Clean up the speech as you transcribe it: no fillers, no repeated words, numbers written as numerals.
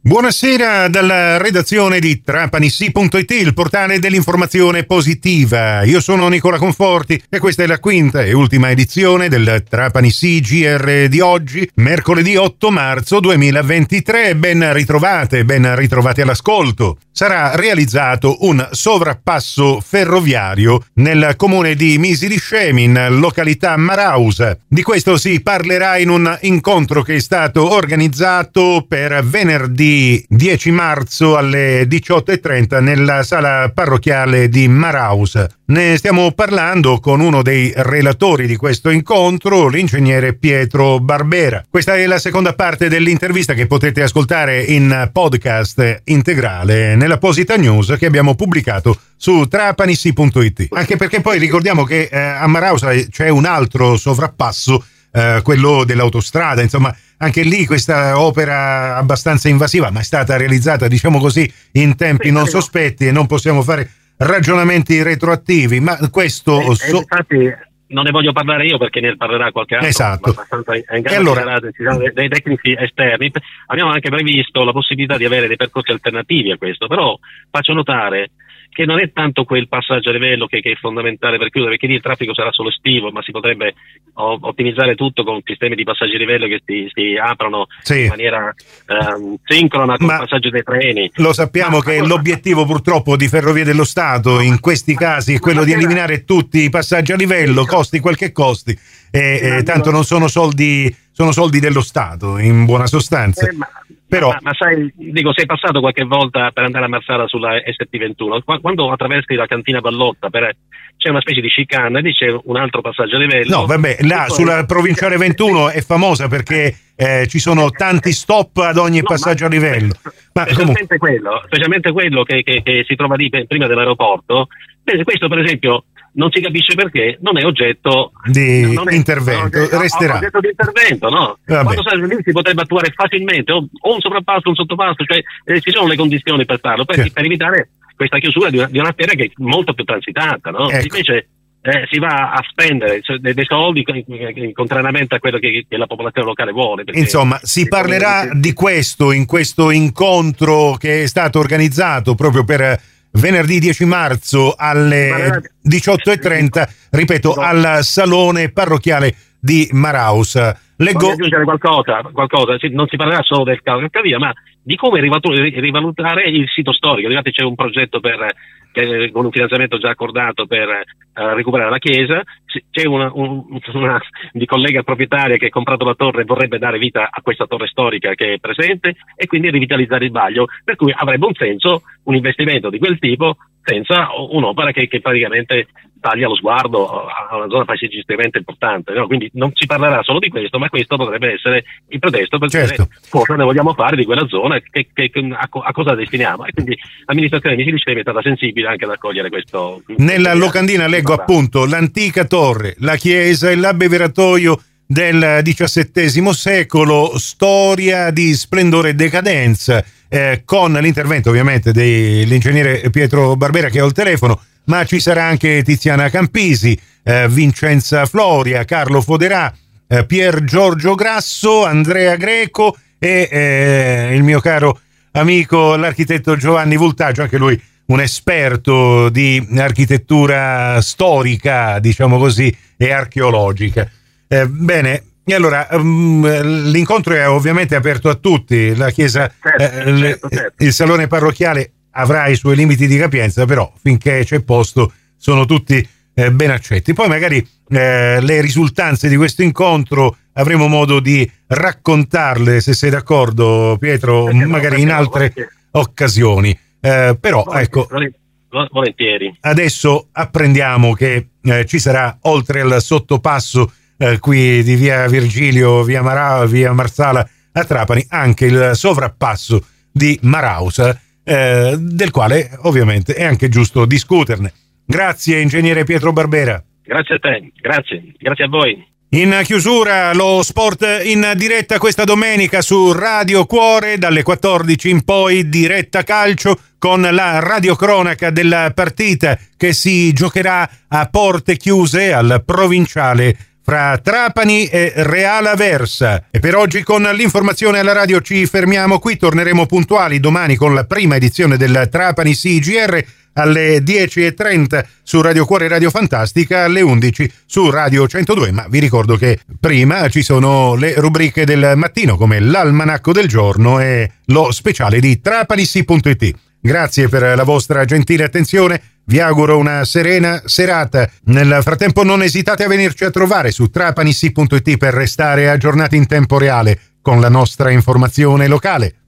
Buonasera dalla redazione di Trapanissi.it, il portale dell'informazione positiva. Io sono Nicola Conforti e questa è la quinta e ultima edizione del Trapanissi GR di oggi, mercoledì 8 marzo 2023. Ben ritrovati all'ascolto. Sarà realizzato un sovrappasso ferroviario nel comune di Misiliscemi, in località Marausa. Di questo si parlerà in un incontro che è stato organizzato per venerdì 10 marzo alle 18:30 nella sala parrocchiale di Marausa. Ne stiamo parlando con uno dei relatori di questo incontro, l'ingegnere Pietro Barbera. Questa è la seconda parte dell'intervista che potete ascoltare in podcast integrale nell'apposita news che abbiamo pubblicato su Trapanissi.it. Anche perché poi ricordiamo che a Marausa c'è un altro sovrappasso, quello dell'autostrada, insomma anche lì questa opera abbastanza invasiva, ma è stata realizzata, diciamo così, in tempi non sospetti e non possiamo fare ragionamenti retroattivi, ma questo infatti non ne voglio parlare io perché ne parlerà qualche altro. Esatto. E allora dei tecnici esterni. Abbiamo anche previsto la possibilità di avere dei percorsi alternativi a questo, però faccio notare che non è tanto quel passaggio a livello che è fondamentale per chiudere, perché lì il traffico sarà solo estivo, ma si potrebbe ottimizzare tutto con sistemi di passaggi a livello che si aprono in maniera sincrona con il passaggio dei treni. Lo sappiamo che l'obiettivo purtroppo di Ferrovie dello Stato in questi casi è quello di eliminare tutti i passaggi a livello, costi quel che costi, e tanto non sono soldi dello Stato in buona sostanza. Ma sai, dico, sei passato qualche volta per andare a Marsala sulla ST21, quando attraversi la cantina Ballotta c'è una specie di chicane e lì c'è un altro passaggio a livello. No, vabbè, là sulla provinciale 21 è famosa perché ci sono tanti stop ad ogni passaggio a livello. Ma specialmente quello che si trova lì prima dell'aeroporto. Questo per esempio non si capisce perché non è oggetto di intervento, resterà oggetto di intervento, no? Quando lì si potrebbe attuare facilmente o un sovrappasso o un sottopasso, cioè ci sono le condizioni per farlo, per evitare questa chiusura di un'arteria che è molto più transitata, no? Ecco. Invece si va a spendere dei soldi contrariamente a quello che la popolazione locale vuole. Insomma, si parlerà di questo in questo incontro che è stato organizzato proprio per venerdì 10 marzo alle 18:30, ripeto, al salone parrocchiale di Marausa. Voglio aggiungere qualcosa. Non si parlerà solo del cavalcavia, ma di come rivalutare il sito storico. Infatti c'è un progetto con un finanziamento già accordato per recuperare la chiesa. C'è una di collega proprietaria che ha comprato la torre e vorrebbe dare vita a questa torre storica che è presente e quindi rivitalizzare il Baglio, per cui avrebbe un senso un investimento di quel tipo senza un'opera che praticamente taglia lo sguardo a una zona paesaggisticamente importante, no? Quindi non si parlerà solo di questo, ma questo potrebbe essere il pretesto per dire cosa ne vogliamo fare di quella zona, a cosa la destiniamo, e quindi l'amministrazione di Misiliscemi è stata sensibile anche ad accogliere questo. Nella locandina leggo appunto l'antica torre, la chiesa e l'abbeveratoio del XVII secolo, storia di splendore e decadenza, con l'intervento ovviamente dell'ingegnere Pietro Barbera che ho al telefono, ma ci sarà anche Tiziana Campisi, Vincenza Floria, Carlo Foderà, Pier Giorgio Grasso, Andrea Greco e il mio caro amico l'architetto Giovanni Vultaggio, anche lui un esperto di architettura storica, diciamo così, e archeologica. Bene, e allora l'incontro è ovviamente aperto a tutti. La chiesa, certo. Il salone parrocchiale avrà i suoi limiti di capienza, però finché c'è posto sono tutti ben accetti. Poi magari le risultanze di questo incontro avremo modo di raccontarle, se sei d'accordo Pietro, magari in altre occasioni. Però ecco, volentieri. Adesso apprendiamo che ci sarà, oltre al sottopasso qui di via Virgilio, via Marsala a Trapani, anche il sovrappasso di Marausa, del quale ovviamente è anche giusto discuterne. Grazie ingegnere Pietro Barbera. Grazie a te, grazie a voi. In chiusura lo sport in diretta questa domenica su Radio Cuore dalle 14 in poi, diretta calcio con la radiocronaca della partita che si giocherà a porte chiuse al provinciale fra Trapani e Reala Versa. E per oggi con l'informazione alla radio ci fermiamo qui, torneremo puntuali domani con la prima edizione del Trapani CGR alle 10:30 su Radio Cuore e Radio Fantastica, alle 11 su Radio 102, ma vi ricordo che prima ci sono le rubriche del mattino come l'almanacco del giorno e lo speciale di trapanissi.it. Grazie per la vostra gentile attenzione, vi auguro una serena serata. Nel frattempo non esitate a venirci a trovare su trapanissi.it per restare aggiornati in tempo reale con la nostra informazione locale.